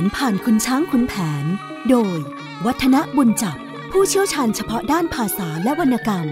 านผ่านคุณช้างขุนแผนโดยวัฒนบุญจับผู้เชี่ยวชาญเฉพาะด้านภาษาและวรรณกรรม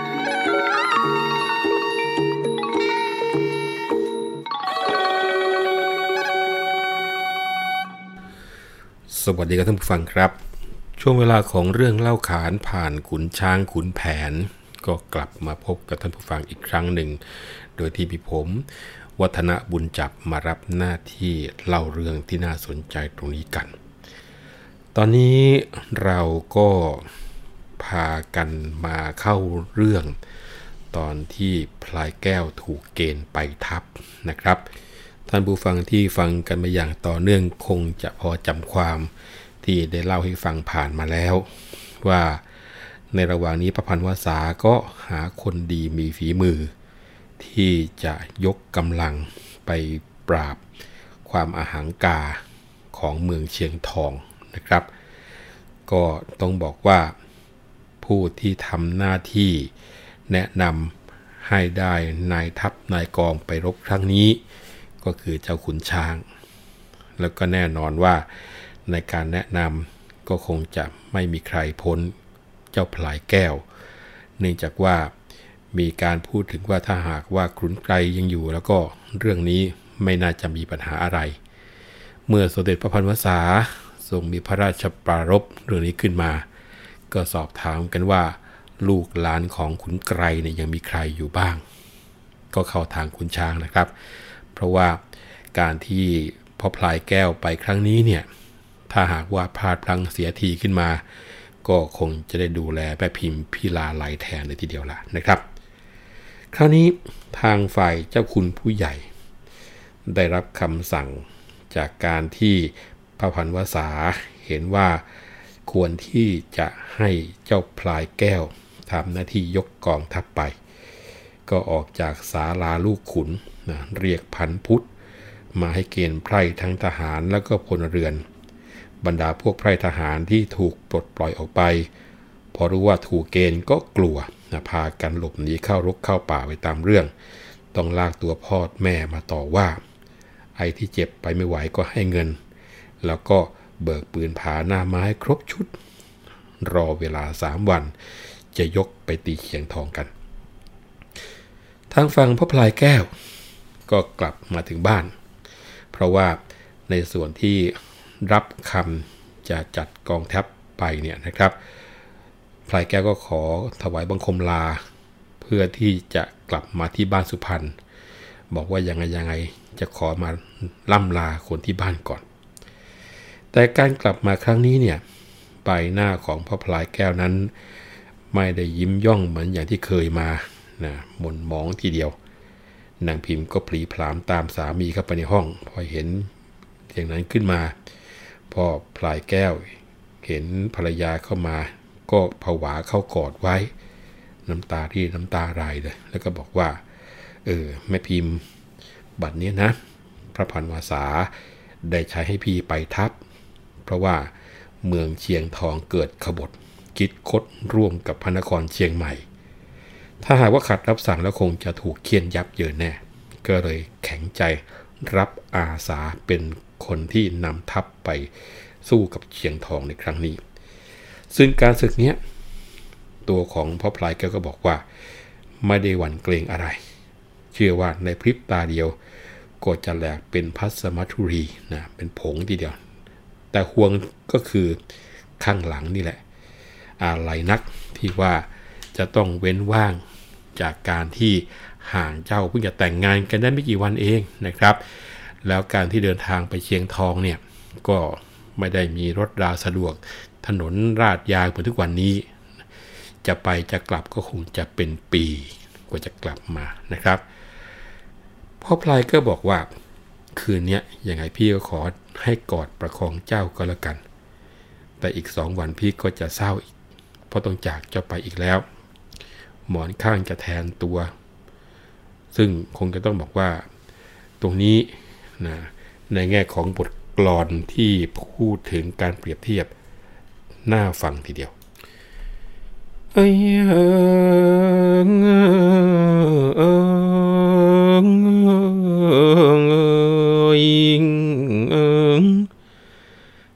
สวัสดีครับท่านผู้ฟังครับช่วงเวลาของเรื่องเล่าขานผ่านขุนช้างขุนแผนก็กลับมาพบกับท่านผู้ฟังอีกครั้งหนึ่งโดยที่ผมวัฒนบุญจับมารับหน้าที่เล่าเรื่องที่น่าสนใจตรงนี้กันตอนนี้เราก็พากันมาเข้าเรื่องตอนที่พลายแก้วถูกเกณฑ์ไปทัพนะครับท่านผู้ฟังที่ฟังกันมาอย่างต่อเนื่องคงจะพอจำความที่ได้เล่าให้ฟังผ่านมาแล้วว่าในระหว่างนี้พระพันวษาก็หาคนดีมีฝีมือที่จะยกกำลังไปปราบความอหังการของเมืองเชียงทองนะครับก็ต้องบอกว่าผู้ที่ทำหน้าที่แนะนำให้ได้นายทัพนายกองไปรบครั้งนี้ก็คือเจ้าขุนช้างแล้วก็แน่นอนว่าในการแนะนำก็คงจะไม่มีใครพ้นเจ้าพลายแก้วเนื่องจากว่ามีการพูดถึงว่าถ้าหากว่าขุนไกรยังอยู่แล้วก็เรื่องนี้ไม่น่าจะมีปัญหาอะไรเมื่อสมเด็จพระพันวษาทรงมีพระราชปรารภเรื่องนี้ขึ้นมาก็สอบถามกันว่าลูกหลานของขุนไกรเนี่ยยังมีใครอยู่บ้างก็เข้าทางขุนช้างนะครับเพราะว่าการที่พ่อพลายแก้วไปครั้งนี้เนี่ยถ้าหากว่าพลาดพลั้งเสียทีขึ้นมาก็คงจะได้ดูแลแม่พิมพ์พิลาไลแทนเลยทีเดียวล่ะนะครับคราวนี้ทางฝ่ายเจ้าคุณผู้ใหญ่ได้รับคำสั่งจากการที่พระพันวษาเห็นว่าควรที่จะให้เจ้าพลายแก้วทำหน้าที่ยกกองทัพไปก็ออกจากศาลาลูกขุนนะเรียกพันพุทธมาให้เกณฑ์ไพร่ทั้งทหารแล้วก็พลเรือนบรรดาพวกไพร่ทหารที่ถูกปลดปล่อยออกไปพอรู้ว่าถูกเกณฑ์ก็กลัวนะพากันหลบหนีเข้ารกเข้าป่าไปตามเรื่องต้องลากตัวพ่อแม่มาต่อว่าไอ้ที่เจ็บไปไม่ไหวก็ให้เงินแล้วก็เบิกปืนผาหน้าไม้ครบชุดรอเวลา3 วันจะยกไปตีเชียงทองกันทางฝั่งพ่อพลายแก้วก็กลับมาถึงบ้านเพราะว่าในส่วนที่รับคำจะจัดกองทัพไปเนี่ยนะครับพลายแก้วก็ขอถวายบังคมลาเพื่อที่จะกลับมาที่บ้านสุพรรณบอกว่ายังไงจะขอมาล่ำลาคนที่บ้านก่อนแต่การกลับมาครั้งนี้เนี่ยใบหน้าของพ่อพลายแก้วนั้นไม่ได้ยิ้มย่องเหมือนอย่างที่เคยมานะหม่นหมองทีเดียวนางพิมพ์ก็พลีพรามตามสามีเข้าไปในห้องพอเห็นอย่างนั้นขึ้นมาพอพลายแก้วเห็นภรรยาเข้ามาก็ผวาเข้ากอดไว้น้ำตาที่น้ำตาไหลเลยแล้วก็บอกว่าแม่พิมพ์บัดนี้นะพระพันวษาได้ใช้ให้พี่ไปทัพเพราะว่าเมืองเชียงทองเกิดขบฏคิดคดร่วมกับพระนครเชียงใหม่ถ้าหากว่าขัดรับสั่งแล้วคงจะถูกเคี่ยนยับเยินแน่ก็เลยแข็งใจรับอาสาเป็นคนที่นำทัพไปสู้กับเชียงทองในครั้งนี้ซึ่งการศึกนี้ตัวของพ่อพลายแก้วก็บอกว่าไม่ได้หวั่นเกรงอะไรเชื่อว่าในพริบตาเดียวก็จะแหลกเป็นพัสมัทุรีนะเป็นผงทีเดียวแต่ห่วงก็คือข้างหลังนี่แหละอะไรนักที่ว่าจะต้องเว้นว่างจากการที่ห่างเจ้าเพิ่งจะแต่งงานกันได้ไม่กี่วันเองนะครับแล้วการที่เดินทางไปเชียงทองเนี่ยก็ไม่ได้มีรถราสะดวกถนนราดยางเหมือนทุกวันนี้จะไปจะกลับก็คงจะเป็นปีกว่าจะกลับมานะครับพ่อพลายก็บอกว่าคืนนี้ยังไงพี่ก็ขอให้กอดประคองเจ้าก็แล้วกันแต่อีก2 วันพี่ก็จะเศร้าอีกเพราะต้องจากเจ้าไปอีกแล้วหมอนข้างจะแทนตัวซึ่งคงจะต้องบอกว่าตรงนี้นะในแง่ของบทกลอนที่พูดถึงการเปรียบเทียบน่าฟังทีเดียว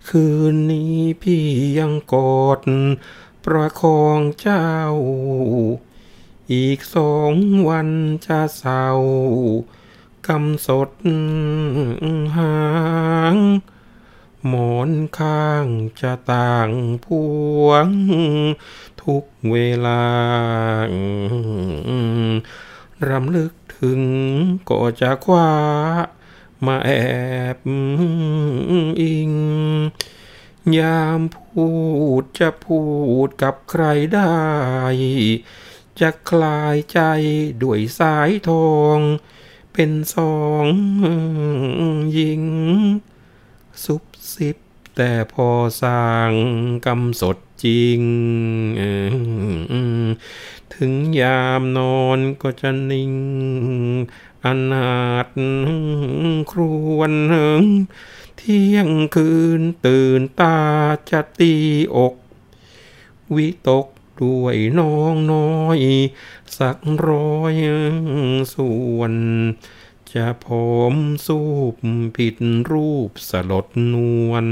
คืนนี้พี่ยังกอดประคองเจ้าอีก2 วันจะเศร้ากำสดหางหมอนข้างจะต่างพวงทุกเวลารำลึกถึงก็จะคว้ามาแอบอิงยามพูดจะพูดกับใครได้จะคลายใจด้วยสายทองเป็น2 หญิงซุบซิบแต่พอสร้างกำสดจริงถึงยามนอนก็จะนิ่งอนาถครวญเที่ยงคืนตื่นตาจะตีอกวิตกด้วยน้องน้อยสัก100 ส่วนจะผมสูบผิดรูปสลดนวล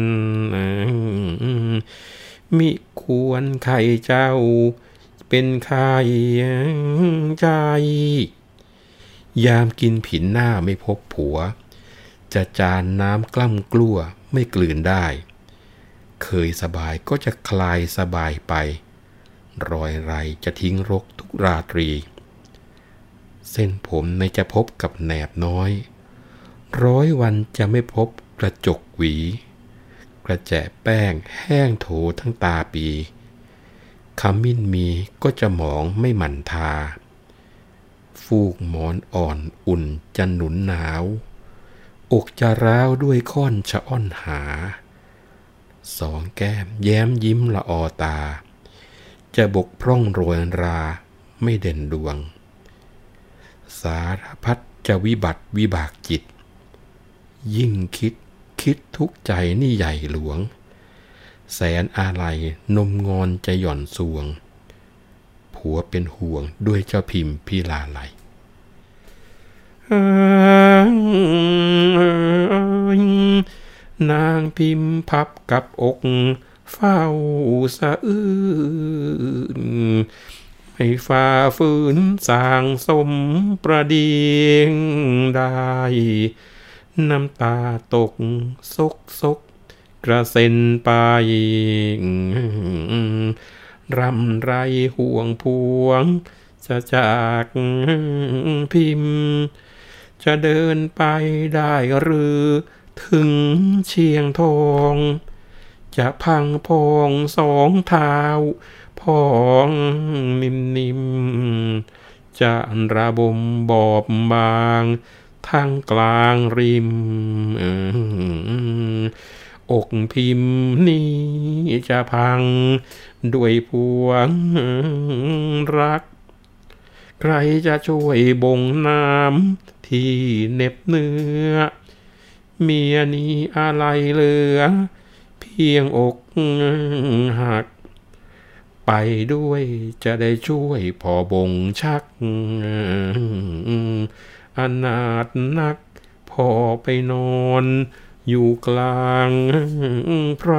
มิควรใครเจ้าเป็นใครใจยามกินผินหน้าไม่พบผัวจะจานน้ำกล้ำกลั้วไม่กลืนได้เคยสบายก็จะคลายสบายไปรอยไรจะทิ้งรกทุกราตรีเส้นผมในจะพบกับแหนบน้อย100 วันจะไม่พบกระจกหวีกระแจแป้งแห้งโถทั้งตาปีขมิ้นมีก็จะหมองไม่หมั่นทาฟูกหมอนอ่อนอุ่นจะหนุนหนาวอกจะร้าวด้วยค้อนชะอ้อนหา2 แก้มแย้มยิ้มละออตาจะบกพร่องโรยราไม่เด่นดวงสารพัดจะวิบัติวิบากจิตยิ่งคิดทุกใจนี่ใหญ่หลวงแสนอาลัยนมงอนจะหย่อนสวงผัวเป็นห่วงด้วยเจ้าพิมพ์พิลาไลนางพิมพ์พับกับอกเฝ้าสะอื้นไม่ฝ่าฝืนสร้างสมประเดียงได้น้ำตาตกซกกระเซ็นไปรำไรห่วงพวงจะจากพิมพ์จะเดินไปได้หรือถึงเชียงทองจะพังพอง2 เท้าพองนิ่มจะระบมบอบบางทั้งกลางริมอกพิมพ์นี้จะพังด้วยพวงรักใครจะช่วยบ่งน้ำที่เหน็บเนื้อเมียนี้อะไรเหลือเพียงอกหักไปด้วยจะได้ช่วยพอบ่งชักอนาถนักพอไปนอนอยู่กลางไพร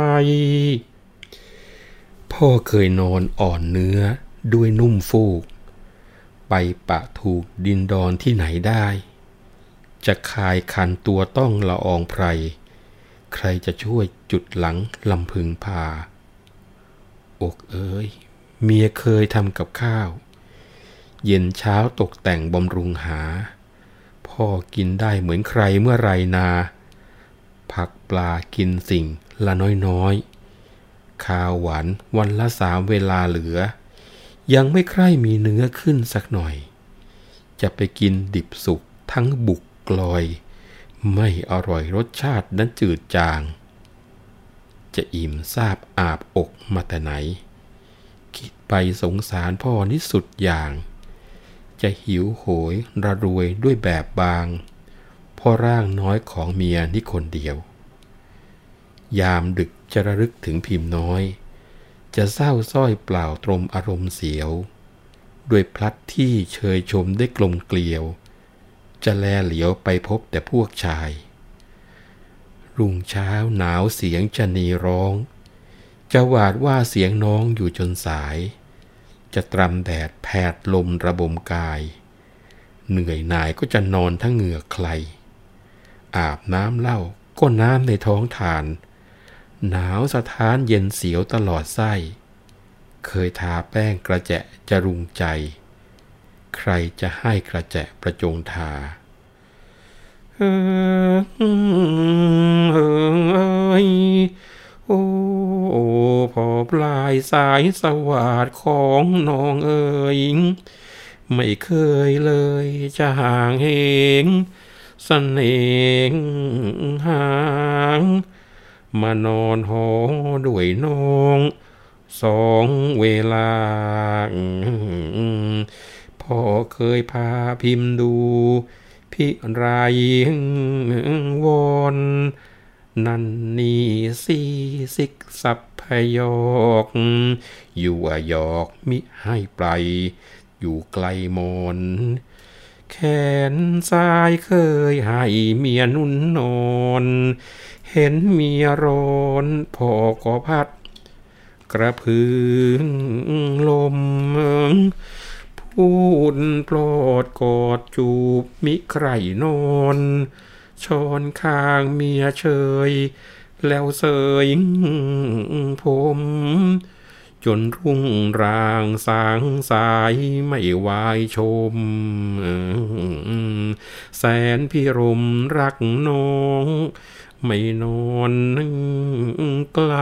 พ่อเคยนอนอ่อนเนื้อด้วยนุ่มฟูกไปปะถูกดินดอนที่ไหนได้จะคายคันตัวต้องละอองไพรใครจะช่วยจุดหลังลำพึงพาอกเอ๋ยเมียเคยทำกับข้าวเย็นเช้าตกแต่งบำรุงหาพ่อกินได้เหมือนใครเมื่อไรนาผักปลากินสิ่งละน้อยข้าวหวานวันละ3 เวลาเหลือยังไม่ใคร่มีเนื้อขึ้นสักหน่อยจะไปกินดิบสุกทั้งบุกกลอยไม่อร่อยรสชาตินั้นจืดจางจะอิ่มซาบอาบอกมาแต่ไหนคิดไปสงสารพ่อนิสุดอย่างจะหิวโหยระรวยด้วยแบบบางเพราะร่างน้อยของเมียนี่คนเดียวยามดึกจะระลึกถึงพิมพ์น้อยจะเศร้าส้อยเปล่าตรมอารมณ์เสียวด้วยพลัดที่เชยชมได้กลมเกลียวจะแลเหลียวไปพบแต่พวกชายรุ่งเช้าหนาวเสียงชะนีร้องจะหวาดว่าเสียงน้องอยู่จนสายจะตรำแดดแผดลมระบมกายเหนื่อยหน่ายก็จะนอนทั้งเหงื่อใครอาบน้ำเหล้าก็น้ำในท้องทานหนาวสะท้านเย็นเสียวตลอดไส้เคยทาแป้งกระแจะจะรุงใจใครจะให้กระแจะประจงทาโอ้พอปลายสายสวาดของน้องเอ๋ยไม่เคยเลยจะห่างเหงเสน่ห์ห่างมานอนหอด้วยน้องสองเวลาพ่อเคยพาพิมพ์ดูพิไรวอนนั่นนี่สีสิกสับพยอกอยู่หยอกมิให้ไปอยู่ไกลมนแขนซ้ายเคยให้เมียนุ่นนอนเห็นเมียร้อนพ่อก็พัดกระพือลมพูดโปรดกอดจูบมิใครนอนช้อนข้างเมียเฉยแล้วเสยผมจนรุ่งรางสางสายไม่วายชมแสนพิรมรักน้องไม่นอนไกล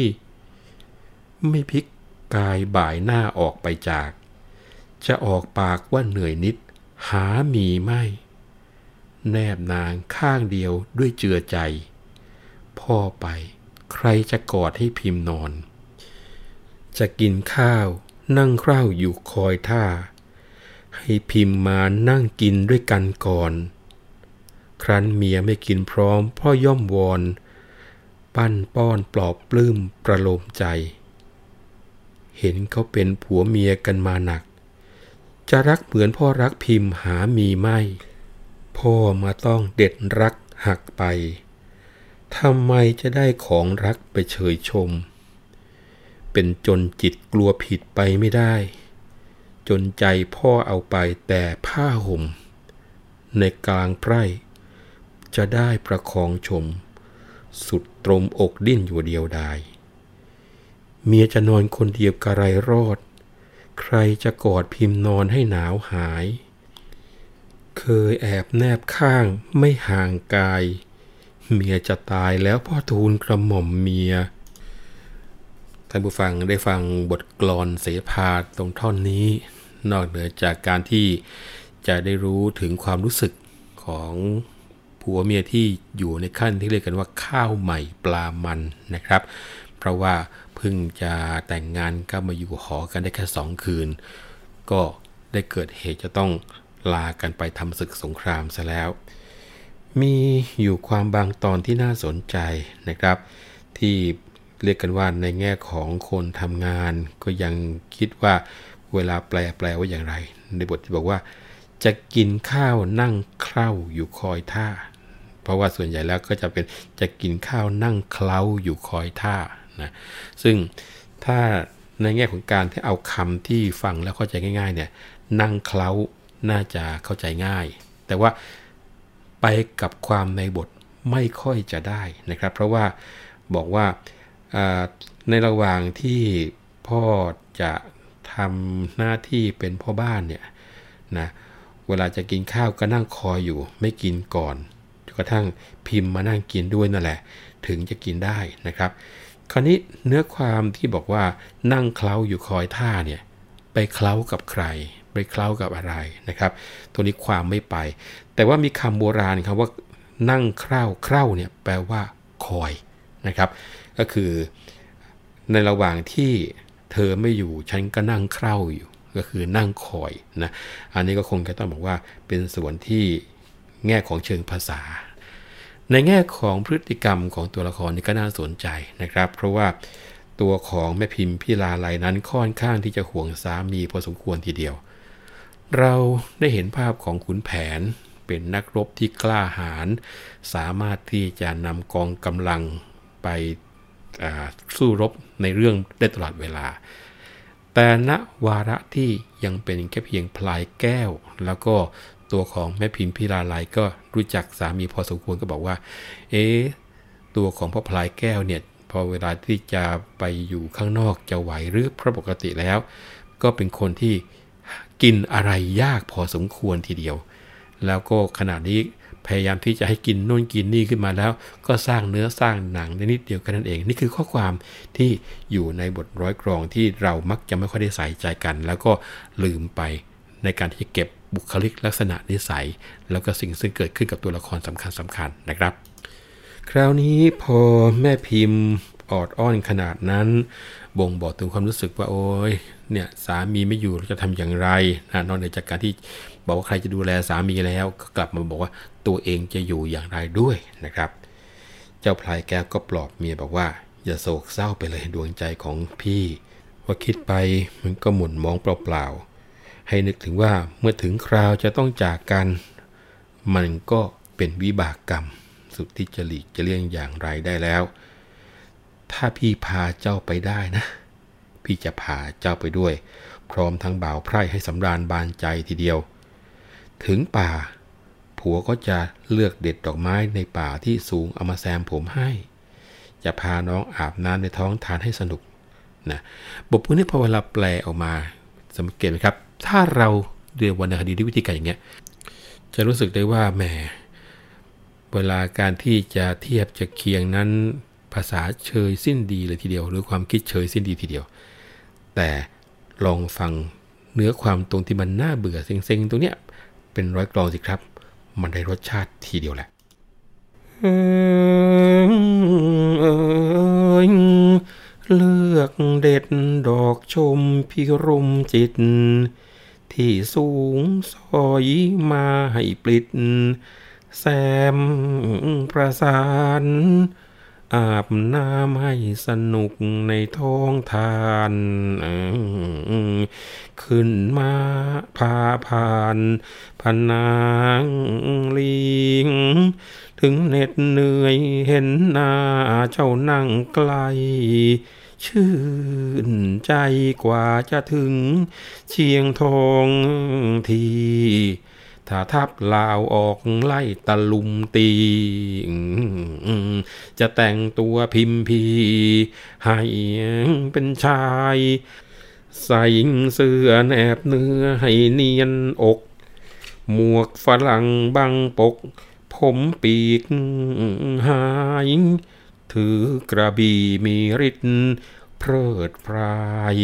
ไม่พลิกกายบ่ายหน้าออกไปจากจะออกปากว่าเหนื่อยนิดหามีไม่แนบนางข้างเดียวด้วยเจือใจพ่อไปใครจะกอดให้พิมพ์นอนจะกินข้าวนั่งเฝ้าอยู่คอยท่าให้พิมพ์มานั่งกินด้วยกันก่อนครั้นเมียไม่กินพร้อมพ่อย่อมวอนปั้นป้อนปลอบปลื้มประโลมใจเห็นเขาเป็นผัวเมียกันมาหนักจะรักเหมือนพ่อรักพิมพ์หามีไม่พ่อมาต้องเด็ดรักหักไปทำไมจะได้ของรักไปเฉยชมเป็นจนจิตกลัวผิดไปไม่ได้จนใจพ่อเอาไปแต่ผ้าห่มในกลางไพร่จะได้ประคองชมสุดตรมอกดิ้นอยู่เดียวดายเมียจะนอนคนเดียวกระไรรอดใครจะกอดพิมพ์นอนให้หนาวหายเคยแอบแนบข้างไม่ห่างกายเมียจะตายแล้วพ่อทูลกระหม่อมเมียท่านผู้ฟังได้ฟังบทกลอนเสภาตรงท่อนนี้นอกเหนือจากการที่จะได้รู้ถึงความรู้สึกของผัวเมียที่อยู่ในขั้นที่เรียกกันว่าข้าวใหม่ปลามันนะครับเพราะว่าเพิ่งจะแต่งงานก็มาอยู่หอกันได้แค่2 คืนก็ได้เกิดเหตุจะต้องลากันไปทำศึกสงครามซะแล้วมีอยู่ความบางตอนที่น่าสนใจนะครับที่เรียกกันว่าในแง่ของคนทำงานก็ยังคิดว่าเวลาแปลว่าอย่างไรในบทที่บอกว่าจะกินข้าวนั่งเคล้าอยู่คอยท่าเพราะว่าส่วนใหญ่แล้วก็จะเป็นจะกินข้าวนั่งเคล้าอยู่คอยท่านะซึ่งถ้าในแง่ของการที่เอาคำที่ฟังแล้วเข้าใจง่ายๆเนี่ยนั่งเคล้าน่าจะเข้าใจง่ายแต่ว่าไปกับความในบทไม่ค่อยจะได้นะครับเพราะว่าบอกว่าในระหว่างที่พ่อจะทำหน้าที่เป็นพ่อบ้านเนี่ยนะเวลาจะกินข้าวก็นั่งคอยอยู่ไม่กินก่อนจนกระทั่งพิมพ์มานั่งกินด้วยนั่นแหละถึงจะกินได้นะครับคราวนี้เนื้อความที่บอกว่านั่งเคล้าอยู่คอยท่าเนี่ยไปเคล้ากับใครไปเคล้ากับอะไรนะครับตัวนี้ความไม่ไปแต่ว่ามีคำโบราณคำว่านั่งเคล้าเนี่ยแปลว่าคอยนะครับก็คือในระหว่างที่เธอไม่อยู่ฉันก็นั่งเคล้าอยู่ก็คือนั่งคอยนะอันนี้ก็คงจะต้องบอกว่าเป็นส่วนที่แง่ของเชิงภาษาในแง่ของพฤติกรรมของตัวละครนี่ก็น่าสนใจนะครับเพราะว่าตัวของแม่พิมพิลาไลนั้นค่อนข้างที่จะห่วงสามีพอสมควรทีเดียวเราได้เห็นภาพของขุนแผนเป็นนักรบที่กล้าหาญสามารถที่จะนำกองกำลังไปสู้รบในเรื่องได้ตลอดเวลาแต่ณวาระที่ยังเป็นแค่เพียงพลายแก้วแล้วก็ตัวของแม่พิมพิลาไลยก็รู้จักสามีพอสมควรก็บอกว่าตัวของพ่อพลายแก้วเนี่ยพอเวลาที่จะไปอยู่ข้างนอกจะไหวหรือเพราะปกติแล้วก็เป็นคนที่กินอะไรยากพอสมควรทีเดียวแล้วก็ขณะนี้พยายามที่จะให้กินโน่นกินนี่ขึ้นมาแล้วก็สร้างเนื้อสร้างหนังในนิดเดียวกันนั่นเองนี่คือข้อความที่อยู่ในบทร้อยกลองที่เรามักจะไม่ค่อยได้ใส่ใจกันแล้วก็ลืมไปในการที่จะเก็บบุคลิกลักษณะนิสัยแล้วก็สิ่งซึ่งเกิดขึ้นกับตัวละครสำคัญนะครับคราวนี้พอแม่พิมพ์ออดอ้อนขนาดนั้นบ่งบอกถึงความรู้สึกว่าโอ๊ยเนี่ยสามีไม่อยู่จะทำอย่างไรนอกจากการที่บอกว่าใครจะดูแลสามีแล้วก็กลับมาบอกว่าตัวเองจะอยู่อย่างไรด้วยนะครับเจ้าพลายแก้วก็ปลอบเมียบอกว่าอย่าโศกเศร้าไปเลยดวงใจของพี่ว่าคิดไปมันก็หม่นมองเปล่าๆให้นึกถึงว่าเมื่อถึงคราวจะต้องจากกันมันก็เป็นวิบากกรรมสุดที่จะหลีกจะเลี่ยงอย่างไรได้แล้วถ้าพี่พาเจ้าไปได้นะพี่จะพาเจ้าไปด้วยพร้อมทั้งบ่าวไพร่ให้สำราญบานใจทีเดียวถึงป่าผัวก็จะเลือกเด็ดดอกไม้ในป่าที่สูงเอามาแซมผมให้จะพาน้องอาบน้ำในท้องทานให้สนุกนะบทพวกนี้พอเวลาแปลออกมาสังเกตไหมครับถ้าเราเรียนวรรณคดีด้วยวิธีการอย่างเงี้ยจะรู้สึกได้ว่าแหมเวลาการที่จะเทียบจะเคียงนั้นภาษาเชยสิ้นดีเลยทีเดียวหรือความคิดเชยสิ้นดีทีเดียวแต่ลองฟังเนื้อความตรงที่มันน่าเบื่อเซ็งๆตรงเนี้ยเป็นร้อยกลองสิครับมันได้รสชาติทีเดียวแหละเลือกเด็ดดอกชมพิรมจิตที่สูงสอยมาให้ปลิดแซมประสานอาบน้ำให้สนุกในท้องทานขึ้นมาพาผ่านพนางลิงถึงเหน็ดเหนื่อยเห็นหน้าเจ้านั่งไกลชื่นใจกว่าจะถึงเชียงทองทีถ้าทับลาวออกไล่ตะลุมตีจะแต่งตัวพิมพีให้เป็นชายใส่เสื้อแนบเนื้อให้เนียนอกหมวกฝรั่งบังปกผมปีกหายถือกระบี่มีฤทธิ์เพลิดพราย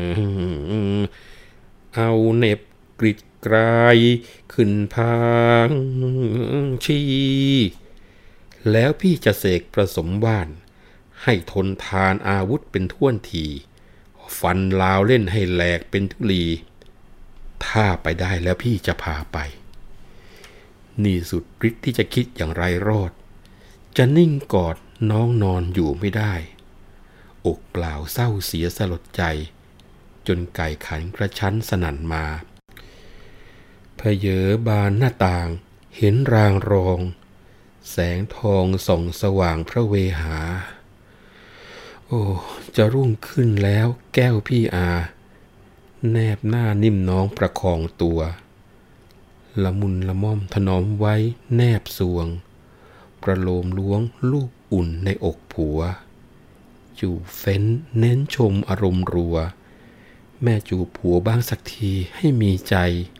เอาเน็บกริดกรายขึ้นพางชีแล้วพี่จะเสกผสมว่านให้ทนทานอาวุธเป็นท่วนทีฟันลาวเล่นให้แหลกเป็นธุลีถ้าไปได้แล้วพี่จะพาไปนี่สุดฤทธิ์ที่จะคิดอย่างไรรอดจะนิ่งกอดน้องนอนอยู่ไม่ได้อกเปล่าเศร้าเสียสลดใจจนไก่ขันกระชั้นสนั่นมาเพเยอบานหน้าต่างเห็นรางรองแสงทองส่องสว่างพระเวหาโอ้จะรุ่งขึ้นแล้วแก้วพี่อาแนบหน้านิ่มน้องประคองตัวละมุนละม่อมถนอมไว้แนบสวงประโลมล้วงลูกอุ่นในอกผัวจูบเฟ้นเน้นชมอารมณ์รัวแม่จูบผัวบ้างสักทีให้มีใจ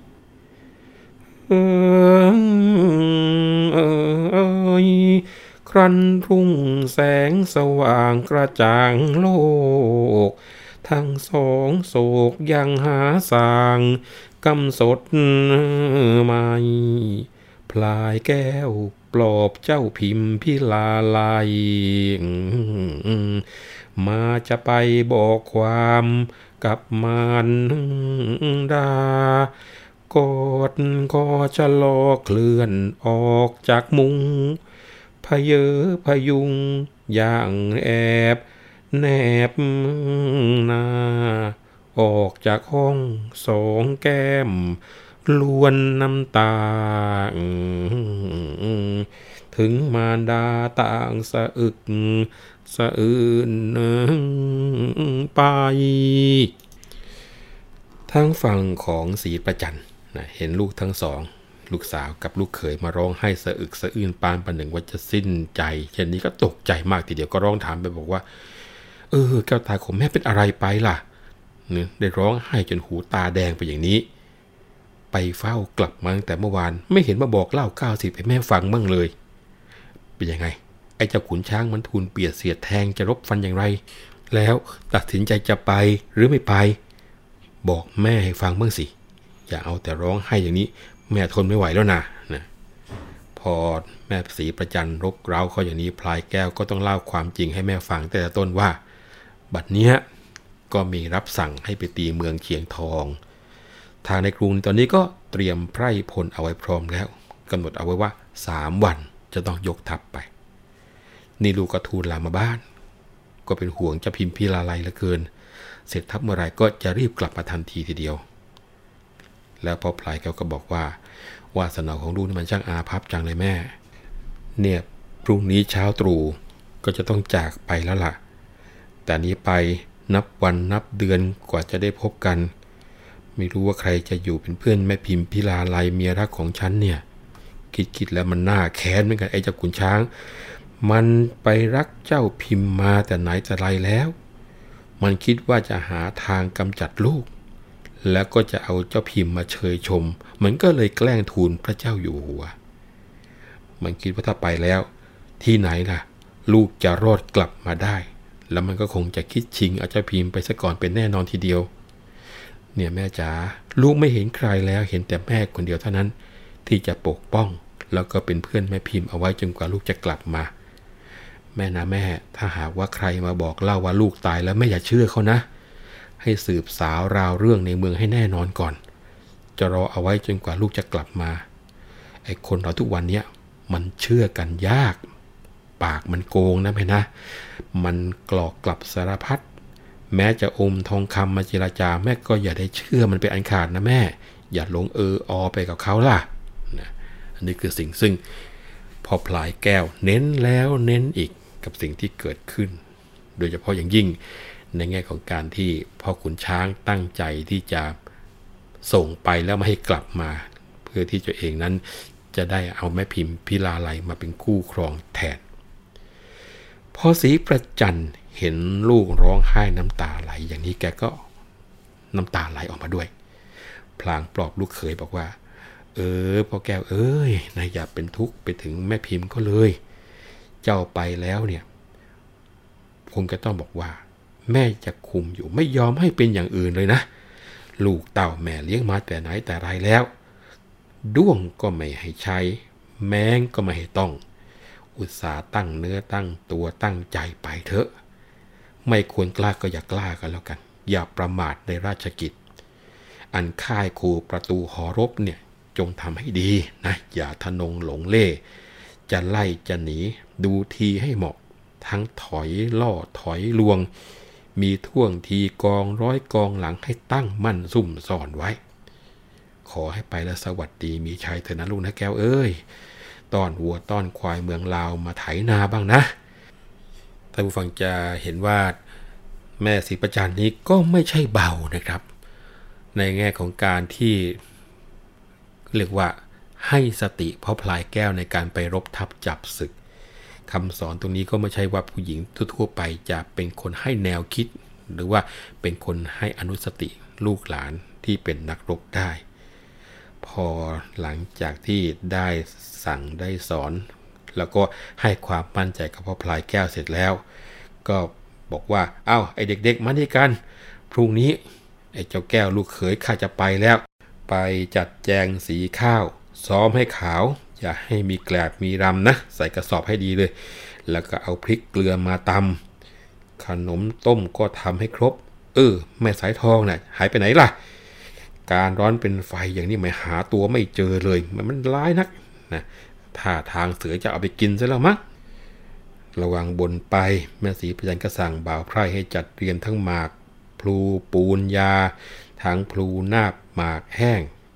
ครั้นรุ่งแสงสว่างกระจ่างโลกทั้งสองโศกยังหาสางกำสดไม่พลายแก้วปลอบเจ้าพิมพิลาไลยมาจะไปบอกความกับมารดากอดก็จะลอเคลื่อนออกจากมุงพเยอพยุงอย่างแอบแนบหน้าออกจากห้องสองแก้มล้วนน้ำตาถึงมารดาต่างสะอึกสะอื้นไปทั้งฝั่งของศรีประจันเห็นลูกทั้งสองลูกสาวกับลูกเขยมาร้องไห้สะอึกสะอื้นปานประหนึ่งว่าจะสิ้นใจเช่นนี้ก็ตกใจมากทีเดียวก็ร้องถามไปบอกว่าแก้วตาของแม่เป็นอะไรไปล่ะได้ร้องไห้จนหูตาแดงไปอย่างนี้ไปเฝ้ากลับมาตั้งแต่เมื่อวานไม่เห็นมาบอกเล่า90ให้แม่ฟังบ้างเลยเป็นยังไงไอ้เจ้าขุนช้างมันทูลเปียดเสียดแทงจะรบฟันอย่างไรแล้วตัดสินใจจะไปหรือไม่ไปบอกแม่ให้ฟังบ้างสิอย่าเอาแต่ร้องไห้อย่างนี้แม่ทนไม่ไหวแล้วนะพอแม่ศรีประจันรบเร้าเขาอย่างนี้พลายแก้วก็ต้องเล่าความจริงให้แม่ฟังแต่ต้นว่าบัดเนี้ยก็มีรับสั่งให้ไปตีเมืองเชียงทองทางในกรุงตอนนี้ก็เตรียมไพร่พลเอาไว้พร้อมแล้วกำหนดเอาไว้ว่า3 วันจะต้องยกทัพไปนี่ลูกก็ทูลลามาบ้านก็เป็นห่วงเจ้าพิมพิลาไลเหลือเกินเสร็จทัพเมื่อไรก็จะรีบกลับมาทันทีทีเดียวแล้วพอพลายแก้วก็บอกว่าวาสนาของลูกนี่มันช่างอาภัพจังเลยแม่เนี่ยพรุ่งนี้เช้าตรู่ก็จะต้องจากไปแล้วล่ะแต่นี้ไปนับวันนับเดือนกว่าจะได้พบกันไม่รู้ว่าใครจะอยู่เป็นเพื่อนแม่พิมพิลาไลเมียรักของฉันเนี่ยคิดแล้วมันน่าแค้นเหมือนกันไอ้เจ้าขุนช้างมันไปรักเจ้าพิมมาแต่ไหนแต่ไรแล้วมันคิดว่าจะหาทางกำจัดลูกแล้วก็จะเอาเจ้าพิมมาเชยชมมันก็เลยแกล้งทูลพระเจ้าอยู่หัวมันคิดว่าถ้าไปแล้วที่ไหนล่ะลูกจะรอดกลับมาได้แล้วมันก็คงจะคิดชิงเอาเจ้าพิมไปซะก่อนเป็นแน่นอนทีเดียวเนี่ยแม่จ๋าลูกไม่เห็นใครแล้วเห็นแต่แม่คนเดียวเท่านั้นที่จะปกป้องแล้วก็เป็นเพื่อนแม่พิมเอาไว้จนกว่าลูกจะกลับมาแม่นะแม่ถ้าหากว่าใครมาบอกเล่าว่าลูกตายแล้วแม่อย่าเชื่อเขานะให้สืบสาวราวเรื่องในเมืองให้แน่นอนก่อนจะรอเอาไว้จนกว่าลูกจะกลับมาไอ้คนเราทุกวันเนี้ยมันเชื่อกันยากปากมันโกงนะแม่นะมันกลอกกลับสารพัดแม้จะอมทองคำมาเจรจาแม่ก็อย่าได้เชื่อมันเป็นอันขาดนะแม่อย่าหลงอไปกับเขาล่ะนะอันนี้คือสิ่งซึ่งพอพลายแก้วเน้นแล้วเน้นอีกกับสิ่งที่เกิดขึ้นโดยเฉพาะอย่างยิ่งในแง่ของการที่พ่อขุนช้างตั้งใจที่จะส่งไปแล้วไม่ให้กลับมาเพื่อที่ตัวเองนั้นจะได้เอาแม่พิมพิลาไลมาเป็นคู่ครองแทนพอศรีประจันเห็นลูกร้องไห้น้ำตาไหลอย่างนี้แกก็น้ำตาไหลออกมาด้วยพลางปลอบลูกเขยบอกว่าพ่อแก้วนายอย่าเป็นทุกข์ไปถึงแม่พิมก็เลยเจ้าไปแล้วเนี่ยคงจะต้องบอกว่าแม่จะคุมอยู่ไม่ยอมให้เป็นอย่างอื่นเลยนะลูกเต่าแม่เลี้ยงมาแต่ไหนแต่ไรแล้วด้วงก็ไม่ให้ใช้แมงก็ไม่ให้ต้องอุตส่าห์ตั้งเนื้อตั้งตัวตั้งใจไปเถอะไม่ควรกล้าก็อย่ากล้ากันแล้วกันอย่าประมาทในราชกิจอันค่ายคูประตูหอรบเนี่ยจงทำให้ดีนะอย่าทะนงหลงเล่จะไล่จะหนีดูทีให้เหมาะทั้งถอยล่อถอยลวงมีท่วงทีกองร้อยกองหลังให้ตั้งมั่นซุ่มซ่อนไว้ขอให้ไปแล้วสวัสดีมีชัยเถอะนะลูกนะแก้วต้อนวัวต้อนควายเมืองลาวมาไถนาบ้างนะท่านผู้ฟังจะเห็นว่าแม่ศรีประจันนี้ก็ไม่ใช่เบานะครับในแง่ของการที่เรียกว่าให้สติพ่อพลายแก้วในการไปรบทัพจับศึกคำสอนตรงนี้ก็ไม่ใช่ว่าผู้หญิงทั่วไปจะเป็นคนให้แนวคิดหรือว่าเป็นคนให้อนุสติลูกหลานที่เป็นนักรบได้พอหลังจากที่ได้สั่งได้สอนแล้วก็ให้ความมั่นใจกับพ่อพลายแก้วเสร็จแล้วก็บอกว่าไอ้เด็กๆมานี่กันพรุ่งนี้ไอ้เจ้าแก้วลูกเขยข้าจะไปแล้วไปจัดแจงสีข้าวซ้อมให้ขาวอย่าให้มีแกลบมีรำนะใส่กระสอบให้ดีเลยแล้วก็เอาพริกเกลือมาตำขนมต้มก็ทำให้ครบแม่สายทองน่ะหายไปไหนล่ะการร้อนเป็นไฟอย่างนี้ไม่หาตัวไม่เจอเลยมันร้ายนักนะท่าทางเสือจะเอาไปกินซะแล้วมั้งระวังบนไปแม่ศรีประจันก็สั่งบ่าวไพร่ให้จัดเตรียมทั้งหมากพลูปูนยาทั้งพลูนาบหมากแห้ง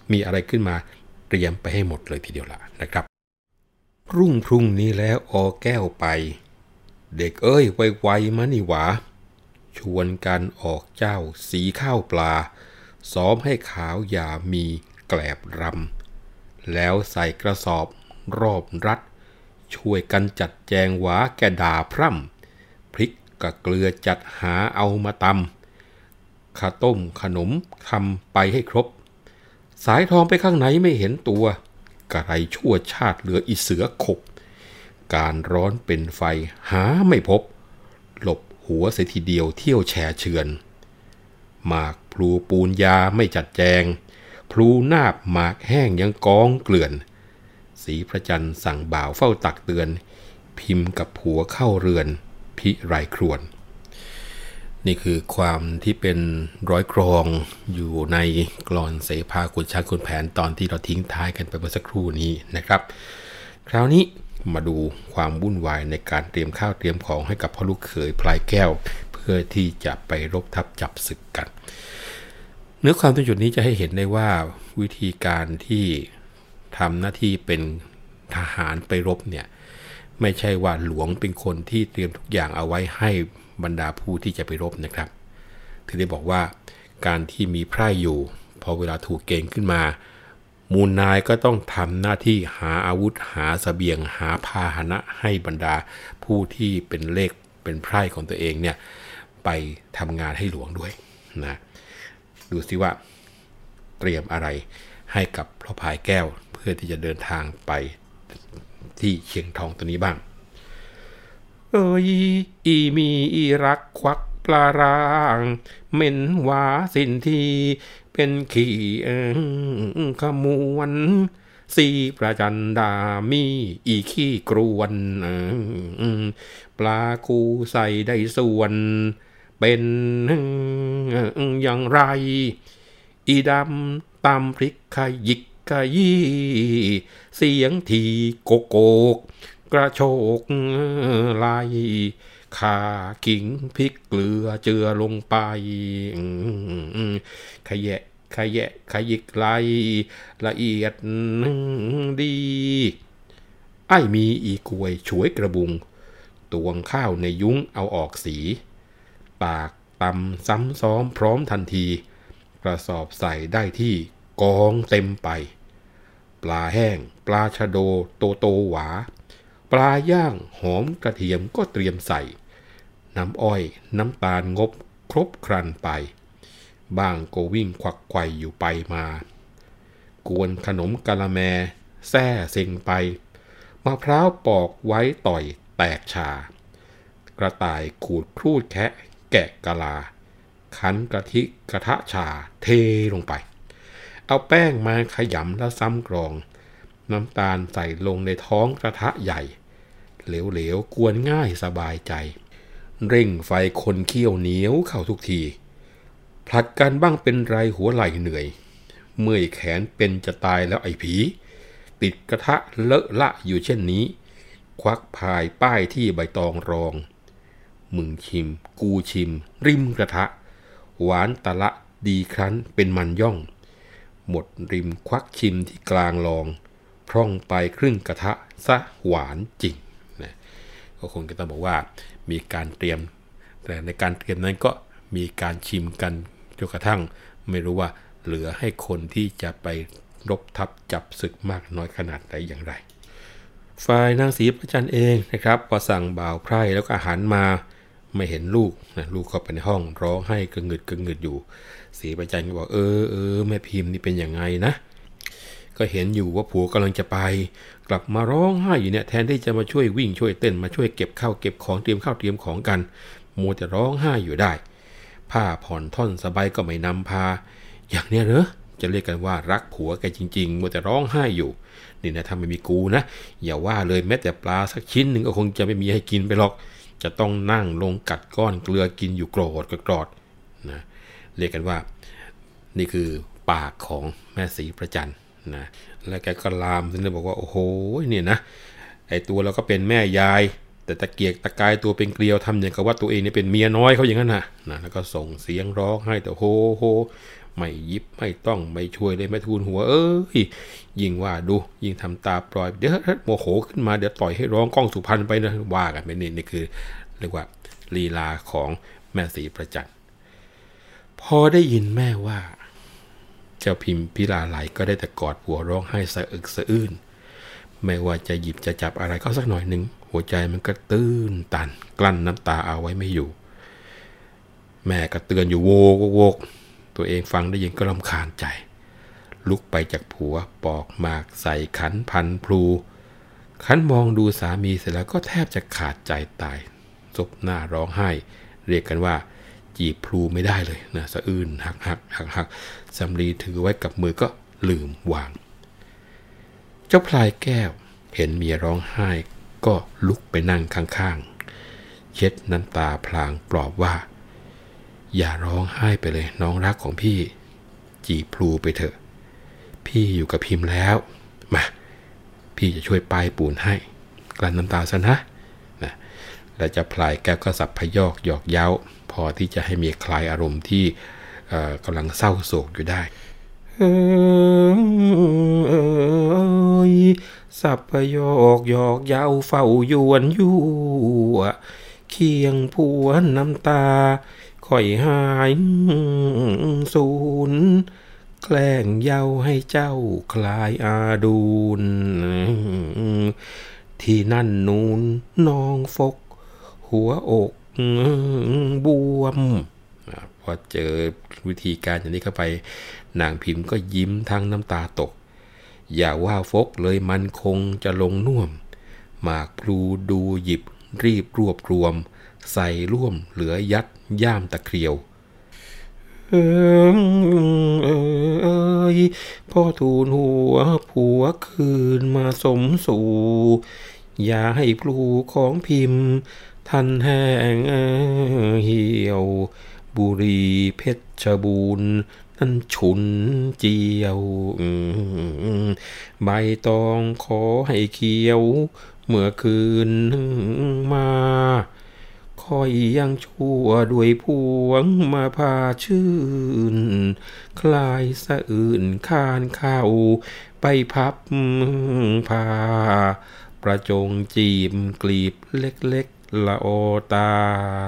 มีอะไรขึ้นมาเตรียมไปให้หมดเลยทีเดียวละนะครับพรุ่งนี้แล้วอแก้วไปเด็กเอ้ยไวๆมานี่หวาชวนกันออกเจ้าสีข้าวปลาซ้อมให้ขาวอย่ามีแกลบรำแล้วใส่กระสอบรอบรัดช่วยกันจัดแจงหวาแกด่าพร่ำพริกกับเกลือจัดหาเอามาตำข้าวต้มขนมทำไปให้ครบสายทองไปข้างไหนไม่เห็นตัวกระไรชั่วชาติเหลืออีเสือขบการร้อนเป็นไฟหาไม่พบหลบหัวเสียทีเดียวเที่ยวแช่เชือนหมากพลูปูนยาไม่จัดแจงพลูนาบหมากแห้งยังกองเกลื่อนศรีพระจันทร์สั่งบ่าวเฝ้าตักเตือนพิมพ์กับผัวเข้าเรือนพิไรครวนนี่คือความที่เป็นร้อยกรองอยู่ในกลอนเสภาขุนช้างขุนแผนตอนที่เราทิ้งท้ายกันไปเมื่อสักครู่นี้นะครับคราวนี้มาดูความวุ่นวายในการเตรียมข้าวเตรียมของให้กับพ่อลูกเขยพลายแก้วเพื่อที่จะไปรบทับจับศึกกันเนื้อความตรงจุดนี้จะให้เห็นได้ว่าวิธีการที่ทำหน้าที่เป็นทหารไปรบเนี่ยไม่ใช่ว่าหลวงเป็นคนที่เตรียมทุกอย่างเอาไว้ให้บรรดาผู้ที่จะไปรบนะครับถึงได้บอกว่าการที่มีไพร่อยู่พอเวลาถูกเกณฑ์ขึ้นมามูลนายก็ต้องทำหน้าที่หาอาวุธหาเสบียงหาพาหนะให้บรรดาผู้ที่เป็นเลขเป็นไพร่ของตัวเองเนี่ยไปทำงานให้หลวงด้วยนะดูสิว่าเตรียมอะไรให้กับพระพายแก้วเพื่อที่จะเดินทางไปที่เชียงทองตัวนี้บ้างอีมีอีรักควักปลารางเหม็นหวาสินทีเป็นขี้ขมวนสีประจันดามีอีขี้กรวนปลากูใส่ได้ส่วนเป็นอย่างไรอีดำตำพริกขยิกขยี้เสียงทีโกโกกกระโชกไหลข่าขิงพริกเกลือเจือลงไปขยะขยิกไหลละเอียดดีไอ้มีอีกวยฉวยกระบุงตวงข้าวในยุ้งเอาออกสีปากตำซ้ำซ้อมพร้อมทันทีกระสอบใส่ได้ที่กองเต็มไปปลาแห้งปลาชะโดโตหวาปลาย่างหอมกระเทียมก็เตรียมใส่น้ำอ้อยน้ำตาลงบครบครันไปบ้างก็วิ่งควักไขว่อยู่ไปมากวนขนมกะละแมแซ่เซ็งไปมะพร้าวปอกไว้ต่อยแตกชากระต่ายขูดครูดแคะแกะกะลาคั้นกะทิกระทะชาเทลงไปเอาแป้งมาขยำแล้วซ้ำกรองน้ำตาลใส่ลงในท้องกระทะใหญ่เหลวๆกวนง่ายสบายใจเร่งไฟคนเคี่ยวเหนียวเข้าทุกทีผลัดกันบ้างเป็นไรหัวไหล่เหนื่อยเมื่อยแขนเป็นจะตายแล้วไอ้ผีติดกระทะเลอะละอยู่เช่นนี้ควักพายป้ายที่ใบตองรองมึงชิมกูชิมริมกระทะหวานตะละดีครั้นเป็นมันย่องหมดริมควักชิมที่กลางลองพร่องไปครึ่งกระทะซะหวานจริงนะก็คงจะต้องบอกว่ามีการเตรียมแต่ในการเตรียมนั้นก็มีการชิมกันจนกระทั่งไม่รู้ว่าเหลือให้คนที่จะไปรบทับจับศึกมากน้อยขนาดไหนอย่างไรฝ่ายนางศรีประจันเองนะครับพอสั่งบ่าวไพร่แล้วก็หันมาไม่เห็นลูกนะลูกเข้าไปในห้องร้องไห้กระงึดอยู่ศรีประจันก็บอกแม่พิมพ์นี่เป็นยังไงนะก็เห็นอยู่ว่าผัวกำลังจะไปกลับมาร้องไห้อยู่เนี่ยแทนที่จะมาช่วยวิ่งช่วยเต้นมาช่วยเก็บข้าวเก็บของเตรียมข้าวเตรียมของกันมัวแต่ร้องไห้อยู่ได้ผ้าผ่อนท่อนสบายก็ไม่นำพาอย่างเนี้ยเหรอจะเรียกกันว่ารักผัวแกจริงๆมัวแต่ร้องไห้อยู่นี่นะถ้าไม่มีกูนะอย่าว่าเลยแม้แต่ปลาสักชิ้นหนึ่งก็คงจะไม่มีให้กินไปหรอกจะต้องนั่งลงกัดก้อนเกลือกินอยู่กรอดนะเรียกกันว่านี่คือปากของแม่ศรีประจันนะแล้วแกก็ลามถึงได้บอกว่าโอ้โหเนี่ยนะไอตัวเราก็เป็นแม่ยายแต่ตะเกียกตะกายตัวเป็นเกลียวทำอย่างกับว่าตัวเองเนี่ยเป็นเมียน้อยเขาอย่างนั้นนะแล้วก็ส่งเสียงร้องไห้แต่โฮไม่ยิบไม่ต้องไม่ช่วยเลยไม่ทูลหัวยิ่งว่าดูยิ่งทำตาปล่อยเดี๋ยวโมโหขึ้นมาเดี๋ยวต่อยให้ร้องก้องสุพรรณไปนะว่ากันไปนี่คือเรียกว่าลีลาของแม่ศรีประจันพอได้ยินแม่ว่าเจ้าพิมพิลาไลก็ได้แต่กอดผัวร้องไห้สะอึกสะอื้นไม่ว่าจะหยิบจะจับอะไรก็สักหน่อยหนึ่งหัวใจมันก็ตื้นตันกลั้นน้ำตาเอาไว้ไม่อยู่แม่ก็เตือนอยู่โวกตัวเองฟังได้ยินก็รำคาญใจลุกไปจากผัวปอกหมากใส่ขันพันพลูขันมองดูสามีเสร็จแล้วก็แทบจะขาดใจตายซบหน้าร้องไห้เรียกกันว่าจีบพลูไม่ได้เลยนะสะอื้นหักสำลีถือไว้กับมือก็ลืมวางเจ้าพลายแก้วเห็นเมียร้องไห้ก็ลุกไปนั่งข้างๆเช็ดน้ำตาพลางปลอบว่าอย่าร้องไห้ไปเลยน้องรักของพี่จีบพลูไปเถอะพี่อยู่กับพิมพ์แล้วมาพี่จะช่วยป้ายปูนให้กลั้นน้ำตาซะนะแล้วจะพลายแก้วก็สับพยอกหยอกเย้าพอที่จะให้เมียคลายอารมณ์ที่กำลังเศร้าโศกอยู่ได้สับพยอกหยอกเย้าเฝ้ายวนยั่วเคียงผัวน้ำตาค่อยหายสูญแกล้งเย้าให้เจ้าคลายอาดูลที่นั่นนูนน้องฟกหัวอกบวมพอเจอวิธีการอย่างนี้เข้าไปนางพิมพ์ก็ยิ้มทั้งน้ำตาตกอย่าว่าฟกเลยมันคงจะลงน่วมหมากพลูดูหยิบรีบรวบรวมใส่ร่วมเหลือยัดย่ามตะเคียวพ่อทูลหัวผัวคืนมาสมสู่อย่าให้พลูของพิมพ์ท่านแห้งเหี่ยวบุรีเพชรบูรณ์นั่นฉุนเจียวใบตองขอให้เขียวเมื่อคืนมาค่อยยังชั่วด้วยพวงมาพาชื่นคลายสะอื่นคานเข้าไปพับผ้าประจงจีบกลีบเล็กๆละโอตา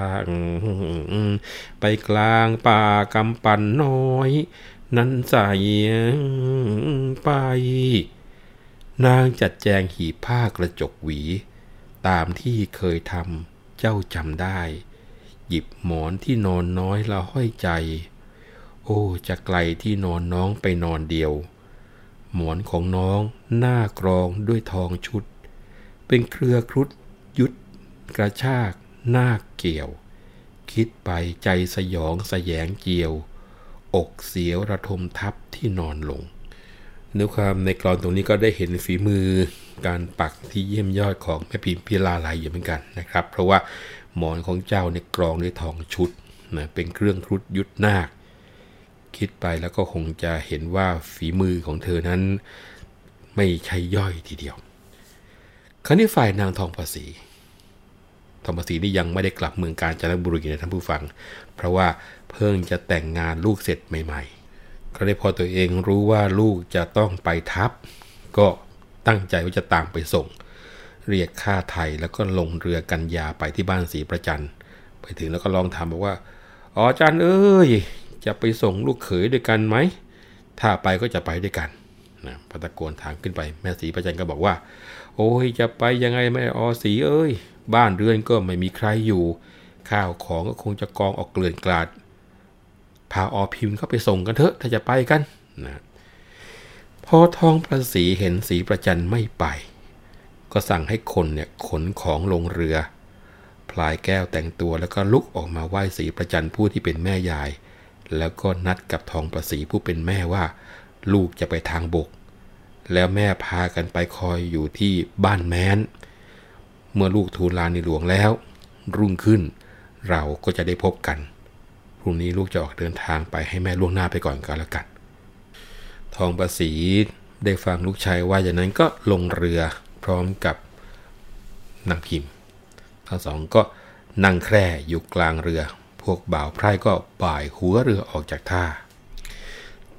ไปกลางป่ากำปั่นน้อยนั้นใส่ไปนางจัดแจงหีบผ้ากระจกหวีตามที่เคยทำเจ้าจำได้หยิบหมอนที่นอนน้อยละห้อยใจโอ้จะไกลที่นอนน้องไปนอนเดียวหมอนของน้องหน้ากรองด้วยทองชุดเป็นเครือครุฑยุดกระชากหน้าเกี่ยวคิดไปใจสยองสแยงเจียวอกเสียวระทมทับที่นอนลงเนื้อความในกลอนตรงนี้ก็ได้เห็นฝีมือการปักที่เยี่ยมยอดของแม่พิมพิลาไลอยู่เหมือนกันนะครับเพราะว่าหมอนของเจ้าในกรองด้วยทองชุดนะเป็นเครื่องครุฑยุดนาคคิดไปแล้วก็คงจะเห็นว่าฝีมือของเธอนั้นไม่ใช่ย่อยทีเดียวคราวนี้ฝ่ายนางทองประศรีนี่ยังไม่ได้กลับเมืองกาญจนบุรีนะท่านผู้ฟังเพราะว่าเพิ่งจะแต่งงานลูกเสร็จใหม่ๆก็ได้พอตัวเองรู้ว่าลูกจะต้องไปทัพก็ตั้งใจว่าจะตามไปส่งเรียกค่าไทยแล้วก็ลงเรือกันยาไปที่บ้านศรีประจันไปถึงแล้วก็ลองถามบอกว่าอ๋ออาจารย์จะไปส่งลูกเขยด้วยกันไหมถ้าไปก็จะไปด้วยกันนะพระตะโกนถามขึ้นไปแม่ศรีประจันก็บอกว่าโอ้ยจะไปยังไงแม่ศรีบ้านเรือนก็ไม่มีใครอยู่ข้าวของก็คงจะกองออกเกลื่อนกลาดพาพิมพ์เข้าไปส่งกันเถอะถ้าจะไปกันนะพอทองประศรีเห็นศรีประจันไม่ไปก็สั่งให้คนเนี่ยขนของลงเรือพลายแก้วแต่งตัวแล้วก็ลุกออกมาไหว้ศรีประจันผู้ที่เป็นแม่ยายแล้วก็นัดกับทองประศรีผู้เป็นแม่ว่าลูกจะไปทางบกแล้วแม่พากันไปคอยอยู่ที่บ้านแม้นเมื่อลูกทูลลาในหลวงแล้วรุ่งขึ้นเราก็จะได้พบกันพรุ่งนี้ลูกจะออกเดินทางไปให้แม่ล่วงหน้าไปก่อนก็แล้วกันทองประศรีได้ฟังลูกชายว่าอย่างนั้นก็ลงเรือพร้อมกับนางพิมพ์ทั้งสองก็นั่งแคร่อยู่กลางเรือพวกบ่าวไพร่ก็บ่ายหัวเรือออกจากท่า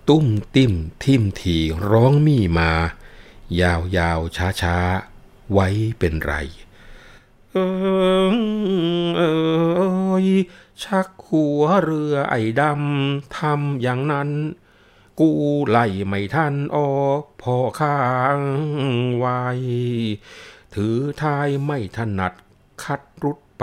ตุ้มติ้มทิ่มถีร้องมี่มายาวยาวช้าช้าไว้เป็นไรชักหัวเรือไอ้ดำทำอย่างนั้นกูไล่ไม่ทันออกพอข้างไว้ถือท้ายไม่ถนัดคัดรุดไป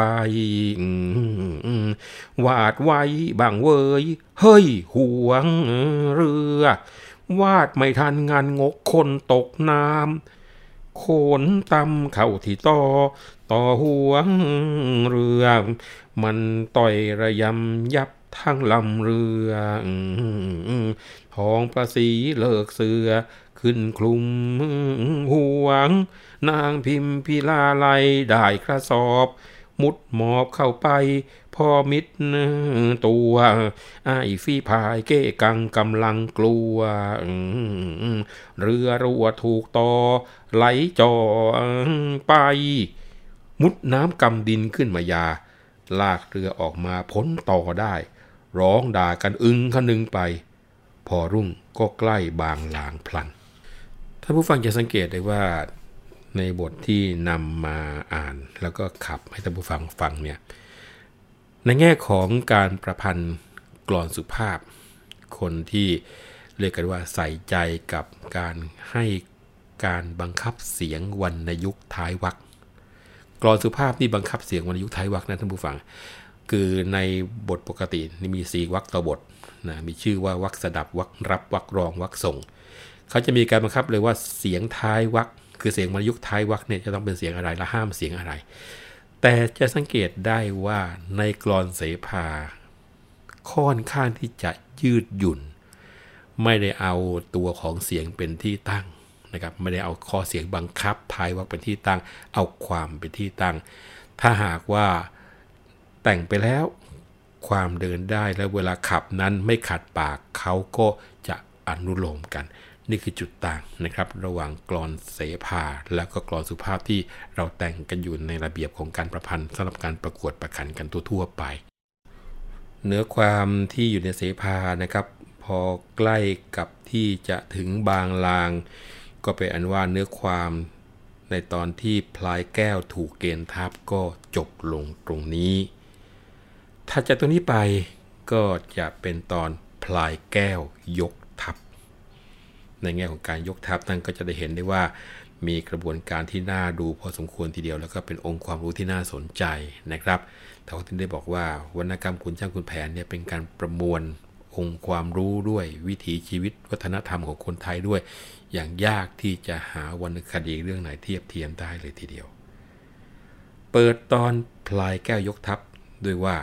วาดไว้บางเวยเฮ้ยห่วงเรือวาดไม่ทันงานงกคนตกน้ำโขนตำเข้าที่ต่อห่วงเรือมันต่อยระยำยับทั้งลำเรือท้องประสีเลิกเสือขึ้นคลุมห่วงนางพิมพิลาไลได้กระสอบมุดหมอบเข้าไปพอมิดตัวไอ้ฝีพายเก้กังกำลังกลัวเรือรั่วถูกต่อไหลจ่อไปมุดน้ำกำดินขึ้นมายาลากเรือออกมาพ้นต่อได้ร้องด่ากันขนึงไปพอรุ่งก็ใกล้บางลางพลันท่านผู้ฟังจะสังเกตได้ว่าในบทที่นำมาอ่านแล้วก็ขับให้ท่านผู้ฟังฟังเนี่ยในแง่ของการประพันธ์กลอนสุภาพคนที่เรียกกันว่าใส่ใจกับการให้การบังคับเสียงวรรณยุกต์ท้ายวรรคกลอนสุภาพนี่บังคับเสียงวรรณยุกต์ท้ายวรรคนะท่านผู้ฟังคือในบทปกตินี่มี4วรรคต่อบทนะมีชื่อว่าวรรคสดับวรรครับวรรครองวรรคส่งเขาจะมีการบังคับเลยว่าเสียงท้ายวรรคคือเสียงวรรณยุกต์ท้ายวรรคเนี่ยจะต้องเป็นเสียงอะไรและห้ามเสียงอะไรแต่จะสังเกตได้ว่าในกลอนเสภาค่อนข้างที่จะยืดหยุ่นไม่ได้เอาตัวของเสียงเป็นที่ตั้งนะครับไม่ได้เอาข้อเสียงบังคับท้ายวรรคเป็นที่ตั้งเอาความเป็นที่ตั้งถ้าหากว่าแต่งไปแล้วความเดินได้และเวลาขับนั้นไม่ขัดปากเขาก็จะอนุโลมกันนี่คือจุดต่างนะครับระหว่างกลอนเสภาและก็กลอนสุภาพที่เราแต่งกันอยู่ในระเบียบของการประพันธ์สำหรับการประกวดประขันกันทั่วๆไปเนื้อความที่อยู่ในเสภานะครับพอใกล้กับที่จะถึงบางลางก็เป็นอันว่าเนื้อความในตอนที่พลายแก้วถูกเกณฑ์ทัพก็จบลงตรงนี้ถัดจากตรงนี้ไปก็จะเป็นตอนพลายแก้วยกทัพในแง่ของการยกทัพนั้นก็จะได้เห็นได้ว่ามีกระบวนการที่น่าดูพอสมควรทีเดียวแล้วก็เป็นองค์ความรู้ที่น่าสนใจนะครับแต่ว่าที่ได้บอกว่าวรรณกรรมขุนช้างขุนแผนเนี่ยเป็นการประมวลองค์ความรู้ด้วยวิถีชีวิตวัฒนธรรมของคนไทยด้วยอย่างยากที่จะหาวรรณคดีเรื่องไหนเทียบเทียมได้เลยทีเดียวเปิดตอนพลายแก้วยกทัพด้วยว่า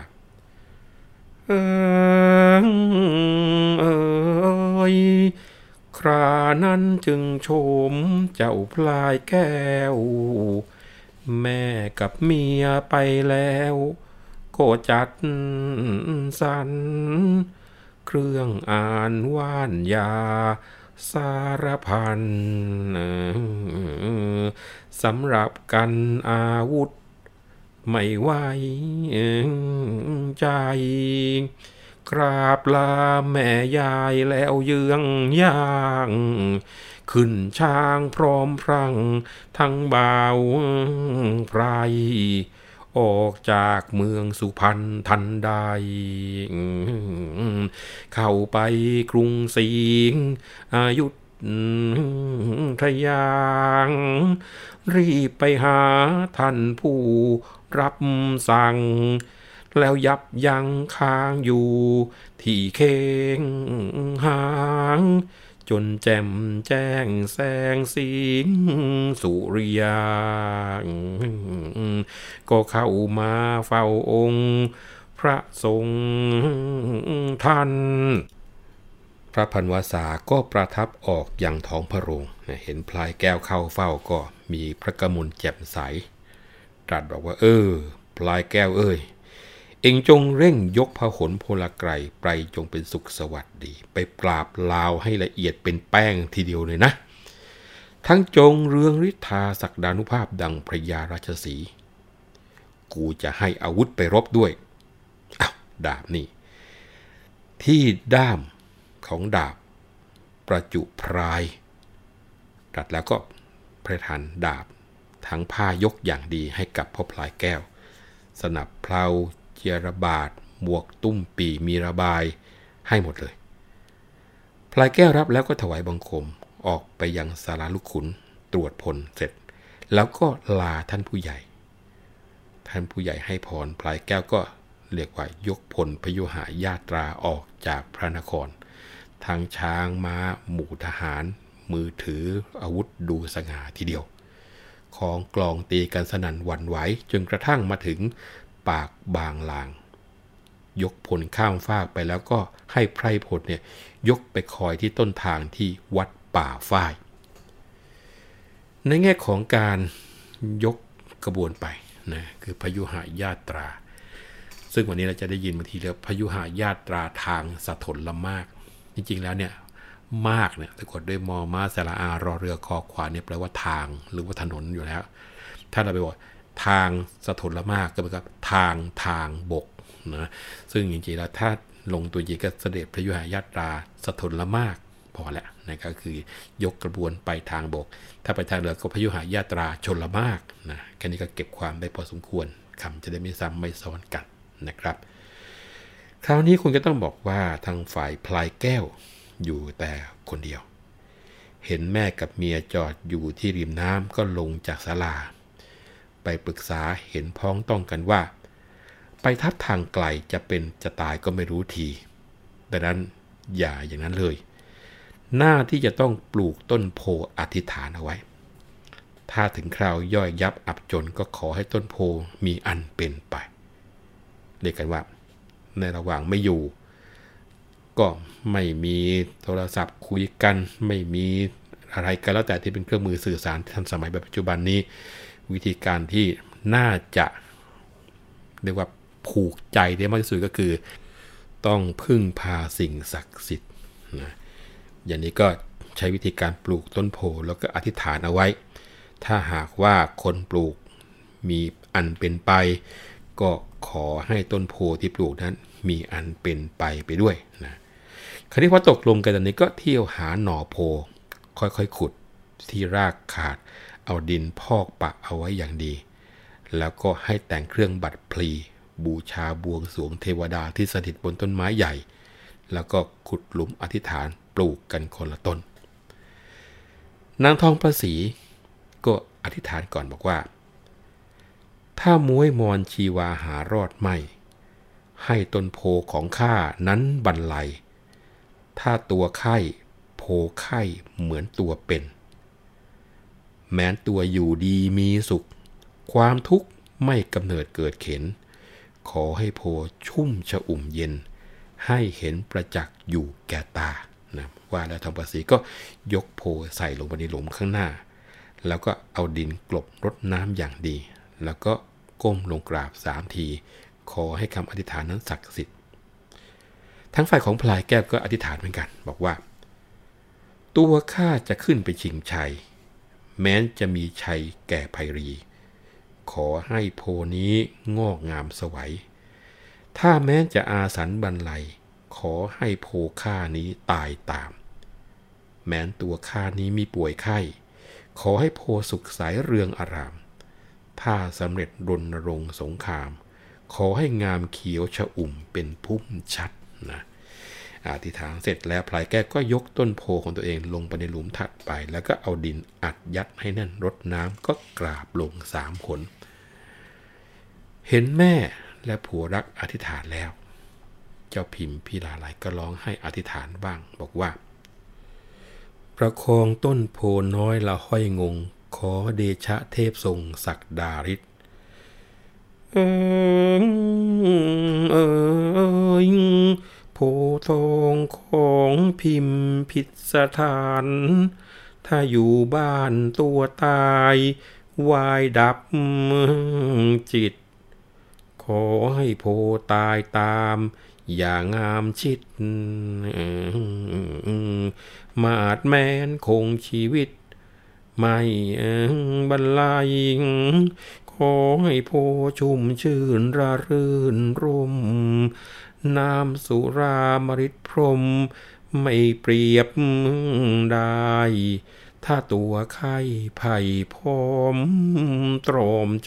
ครานั้นจึงชมเจ้าพลายแก้วแม่กับเมียไปแล้วก็จัดสรรเครื่องอ่านว่านยาสารพันสำหรับกันอาวุธไม่ไหวใจกราบลาแม่ยายแล้วเยื้องย่างขึ้นช้างพร้อมพรั่งทั้งบ่าวไพรออกจากเมืองสุพรรณทันใดเข้าไปกรุงศรีอยุธยารีบไปหาท่านผู้รับสั่งแล้วยับยั้งค้างอยู่ที่เค้งหางจนแจ่มแจ้งแสงสีสุริยาก็เข้ามาเฝ้าองค์พระทรงท่านพระพันวษาก็ประทับออกอย่างท้องพระโรงเห็นพลายแก้วเข้าเฝ้าก็มีพระกมลแจ่มใสตรัสบอกว่าพลายแก้วเอ็งจงเร่งยกพหลพลไกรไปจงเป็นสุขสวัสดีไปปราบลาวให้ละเอียดเป็นแป้งทีเดียวเลยนะทั้งจงเรืองฤทธาศักดานุภาพดังพระยาราชสีห์กูจะให้อาวุธไปรบด้วยดาบนี่ที่ด้ามของดาบประจุพรายตรัสแล้วก็พระทานดาบทั้งผ้ายกอย่างดีให้กับพ่อพลายแก้วสนับเพลาเจียระบาดหมวกตุ้มปีมีระบายให้หมดเลยพลายแก้วรับแล้วก็ถวายบังคมออกไปยังศาลาลูกขุนตรวจพลเสร็จแล้วก็ลาท่านผู้ใหญ่ให้พรพลายแก้วก็เรียกว่ายกพลพยุหญาตราออกจากพระนครทางช้างม้าหมู่ทหารมือถืออาวุธดูสง่าทีเดียวของกลองตีกันสนั่นหวั่นไหวจนกระทั่งมาถึงปากบางลางยกพลข้ามฟากไปแล้วก็ให้ไพรพลเนี่ยยกไปคอยที่ต้นทางที่วัดป่าฝ้ายในแง่ของการยกกระบวนไปนะคือพยุหญาตราซึ่งวันนี้เราจะได้ยินบางทีเรียกพยุหญาตราทางสถลมากจริงๆแล้วเนี่ยมากเนี่ยสะกดด้วยมอม้าสระอารอเรือคอควายเนี่ยแปลว่าทางหรือว่าถนนอยู่แล้วถ้าเราไปบอกทางสถลมากก็เป็นกับทางบกนะซึ่งจริงๆแล้วถ้าลงตัวยีก็เสด็จพยุหญาตราสถลมากพอแล้วนะก็คือยกกระบวนไปทางบกถ้าไปทางเรือก็พยุหญาตราชลมากนะแค่นี้ก็เก็บความได้พอสมควรคำจะได้ไม่ซ้ำไม่ซ้อนกันนะครับคราวนี้คุณก็ต้องบอกว่าทางฝ่ายพลายแก้วอยู่แต่คนเดียวเห็นแม่กับเมียจอดอยู่ที่ริมน้ำก็ลงจากศาลาไปปรึกษาเห็นพ้องต้องกันว่าไปทับทางไกลจะเป็นจะตายก็ไม่รู้ทีดังนั้นอย่าอย่างนั้นเลยหน้าที่จะต้องปลูกต้นโพอธิษฐานเอาไว้ถ้าถึงคราวย่อยยับอับจนก็ขอให้ต้นโพมีอันเป็นไปเรียกกันว่าในระหว่างไม่อยู่ก็ไม่มีโทรศัพท์คุยกันไม่มีอะไรกันแล้วแต่ที่เป็นเครื่องมือสื่อสารทันสมัยแบบปัจจุบันนี้วิธีการที่น่าจะเรียกว่าผูกใจได้มากที่สุดก็คือต้องพึ่งพาสิ่งศักดิ์สิทธิ์นะอย่างนี้ก็ใช้วิธีการปลูกต้นโพแล้วก็อธิษฐานเอาไว้ถ้าหากว่าคนปลูกมีอันเป็นไปก็ขอให้ต้นโพที่ปลูกนั้นมีอันเป็นไปด้วยนะคราวนี้พอตกลงกันตอนนี้ก็เที่ยวหาหน่อโพค่อยๆขุดที่รากขาดเอาดินพอกปะเอาไว้อย่างดีแล้วก็ให้แต่งเครื่องบัตรพลีบูชาบวงสรวงเทวดาที่สถิตบนต้นไม้ใหญ่แล้วก็ขุดหลุมอธิษฐานปลูกกันคนละต้นนางทองประศรีก็อธิษฐานก่อนบอกว่าถ้าม้วยมอนชีวาหารอดไม่ให้ต้นโพของข้านั้นบรรลัยถ้าตัวไข้โพไข้เหมือนตัวเป็นแม้นตัวอยู่ดีมีสุขความทุกข์ไม่กำเนิดเกิดเข็นขอให้โพชุ่มชอุ่มเย็นให้เห็นประจักษ์อยู่แก่ตานะว่าแล้วทองประศรีก็ยกโพใส่ลงไปในหลุมข้างหน้าแล้วก็เอาดินกลบรดน้ำอย่างดีแล้วก็ก้มลงกราบ3 ทีขอให้คำอธิษฐานนั้นศักดิ์สิทธิ์ทั้งฝ่ายของพลายแก้วก็อธิษฐานเหมือนกันบอกว่าตัวข้าจะขึ้นไปชิงชัยแม้นจะมีชัยแก่ไพรีขอให้โพนี้งอกงามสวัยถ้าแม้นจะอาสันบรรลัยขอให้โพข้านี้ตายตามแม้นตัวข้านี้มีป่วยไข้ขอให้โพสุขใสเรืองอารามถ้าสำเร็จรณรงค์สงครามขอให้งามเขียวชอุ่มเป็นพุ่มชัดนะอธิษฐานเสร็จแล้วพลายแก้วก็ยกต้นโพของตัวเองลงไปในหลุมถัดไปแล้วก็เอาดินอัดยัดให้แน่นรดน้ำก็กราบลง3 หนเห็นแม่และผัวรักอธิษฐานแล้วเจ้าพิมพิลาไลก็ร้องให้อธิษฐานบ้างบอกว่าประคองต้นโพน้อยละห้อยงงขอเดชะเทพทรงศักดาฤทธิ์โพทองของพิมพิสถานถ้าอยู่บ้านตัวตายวายดับจิตขอให้โพตายตามอย่างามชิดมาดแม้นคงชีวิตไม่บรรลัยขอให้โพชุ่มชื่นระรื่นร่มน้ำสุรามฤตพรหมไม่เปรียบได้ถ้าตัวไข้ไผ่พร้อมตรอมใจ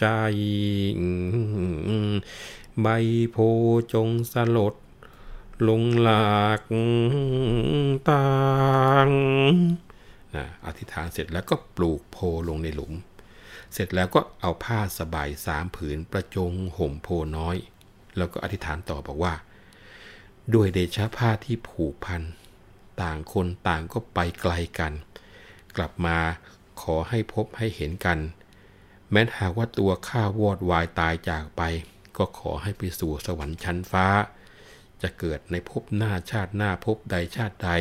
ใบโพจงสลดลงหลากตางอธิษฐานเสร็จแล้วก็ปลูกโพลงในหลุมเสร็จแล้วก็เอาผ้าสบาย3 ผืนประจงห่มโพน้อยแล้วก็อธิษฐานต่อบอกว่าด้วยเดชะผ้าที่ผูกพันต่างคนต่างก็ไปไกลกันกลับมาขอให้พบให้เห็นกันแม้หากว่าตัวข้าวอดวายตายจากไปก็ขอให้ไปสู่สวรรค์ชั้นฟ้าจะเกิดในภพหน้าชาติหน้าภพใดชาติใด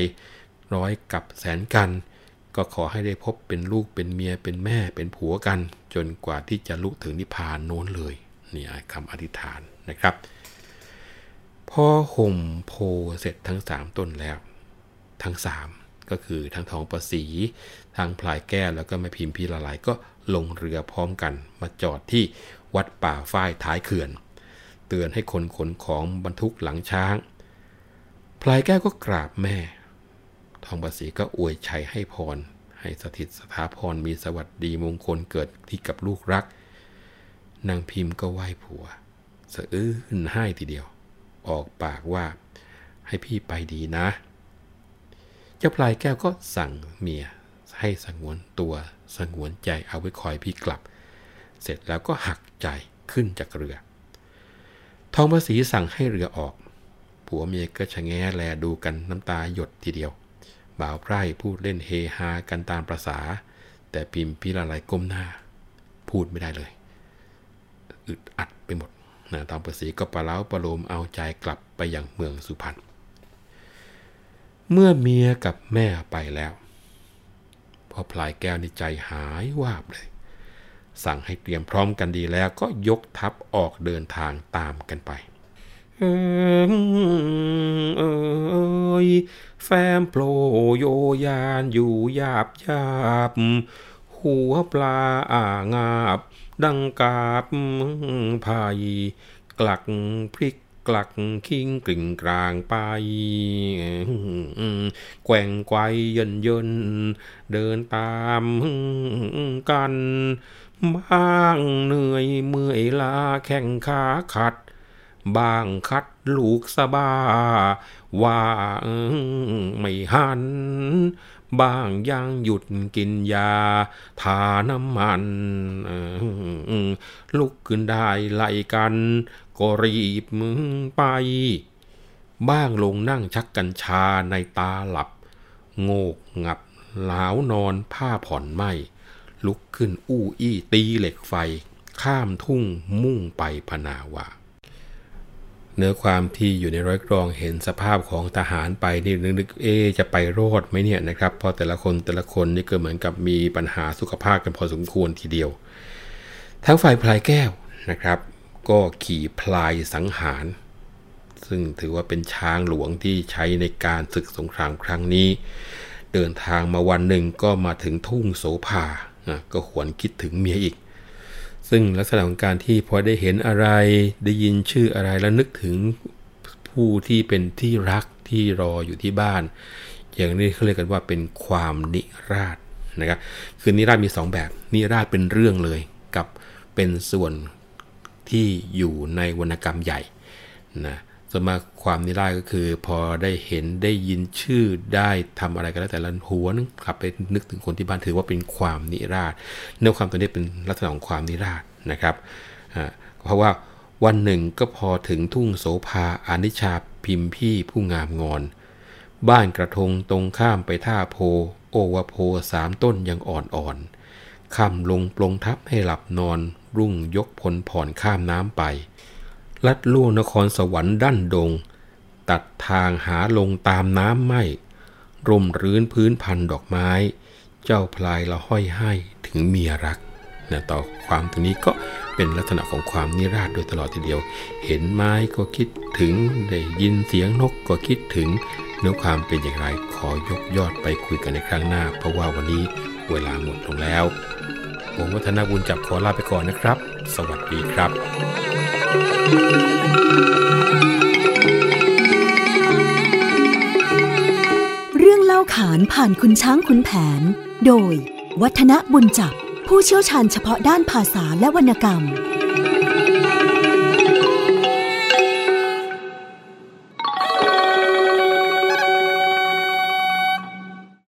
100 กับแสนกันก็ขอให้ได้พบเป็นลูกเป็นเมียเป็นแม่เป็นผัวกันจนกว่าที่จะลุถึงนิพพานโน้นเลยนี่คำอธิษฐานนะครับพอห่มโพเสร็จทั้ง3 ต้นแล้วทั้ง3ก็คือทั้งทองประศรีทั้งพลายแก้วแล้วก็แม่พิมพ์พิลาไลก็ลงเรือพร้อมกันมาจอดที่วัดป่าฝ้ายท้ายเขื่อนเตือนให้คนขนของบรรทุกหลังช้างพลายแก้วก็กราบแม่ทองประศรีก็อวยชัยให้พรให้สถิตสถาพรมีสวัสดีมงคลเกิดที่กับลูกรักนางพิมพ์ก็ไหว้ผัวสะอื้นให้ทีเดียวออกปากว่าให้พี่ไปดีนะเจ้าพลายแก้วก็สั่งเมียให้สงวนตัวสงวนใจเอาไว้คอยพี่กลับเสร็จแล้วก็หักใจขึ้นจากเรือทองประศรีสั่งให้เรือออกผัวเมียก็ชะแงแลดูกันน้ำตาหยดทีเดียวบ่าวไพร่พูดเล่นเฮฮากันตามประสาแต่พิมพิลาไลก้มหน้าพูดไม่ได้เลยอึดอัดไปหมดทองประศรีก็ประเล้าประโลมเอาใจกลับไปยังเมืองสุพรรณเมื่อเมียกับแม่ไปแล้วพอพลายแก้วในใจหายวาบเลยสั่งให้เตรียมพร้อมกันดีแล้วก็ยกทัพออกเดินทางตามกันไปแฟมโผล่โยยานอยู่หยาบหยาบหัวปลางาบดังกาบพายกลักพริกกลักคิงกลิ่งกลางไปแกว่งไกวเยินเยินเดินตามกันบ้างเหนื่อยเมื่อยลาแข้งขาขัดบ้างคัดลูกสะบ้าว่าไม่หันบ้างยังหยุดกินยาทาน้ำมันลุกขึ้นได้ไล่กันก็รีบไปบ้างลงนั่งชักกัญชาในตาหลับโงกงับหล้าวนอนผ้าผ่อนไหมลุกขึ้นอู้อี้ตีเหล็กไฟข้ามทุ่งมุ่งไปพนาวาเนื้อความที่อยู่ในร้อยกรองเห็นสภาพของทหารไปนี่นึกจะไปรอดไหมเนี่ยนะครับเพราะแต่ละคนนี่ก็เหมือนกับมีปัญหาสุขภาพกันพอสมควรทีเดียวทั้งฝ่ายพลายแก้วนะครับก็ขี่พลายสังหารซึ่งถือว่าเป็นช้างหลวงที่ใช้ในการศึกสงครามครั้งนี้เดินทางมาวันหนึ่งก็มาถึงทุ่งโสภาก็หวนคิดถึงเมียอีกซึ่งลักษณะของการที่พอได้เห็นอะไรได้ยินชื่ออะไรแล้วนึกถึงผู้ที่เป็นที่รักที่รออยู่ที่บ้านอย่างนี้เขาเรียกกันว่าเป็นความนิราศนะครับคือนิราศมี2แบบนิราศเป็นเรื่องเลยกับเป็นส่วนที่อยู่ในวรรณกรรมใหญ่นะส่วนมากความนิราศก็คือพอได้เห็นได้ยินชื่อได้ทำอะไรกันแล้วแต่ละหัวนึงขับไปนึกถึงคนที่บ้านถือว่าเป็นความนิราศเนื้อความตัวนี้เป็นลักษณะของความนิราศนะครับเพราะว่าวันหนึ่งก็พอถึงทุ่งโสภาอานิชาพิมพี่ผู้งามงอนบ้านกระทงตรงข้ามไปท่าโพโอวโพ3 ต้นยังอ่อนๆค่ำลงปลงทับให้หลับนอนรุ่งยกพลผ่อนข้ามน้ำไปลัดลู่นครสวรรค์ดั้นดงตัดทางหาลงตามน้ำไม่ร่มรื่นพื้นพันดอกไม้เจ้าพลายละห้อยให้ถึงเมียรักนะต่อความตรงนี้ก็เป็นลักษณะของความนิราศโดยตลอดทีเดียวเห็นไม้ก็คิดถึงได้ยินเสียงนกก็คิดถึงเนื้อความเป็นอย่างไรขอยกยอดไปคุยกันในครั้งหน้าเพราะว่าวันนี้เวลาหมดลงแล้วผมวัฒนบุญจับขอลาไปก่อนนะครับสวัสดีครับขานผ่านคุณช้างขุนแผนโดยวัฒนบุญจับผู้เชี่ยวชาญเฉพาะด้านภาษาและวรรณกรรม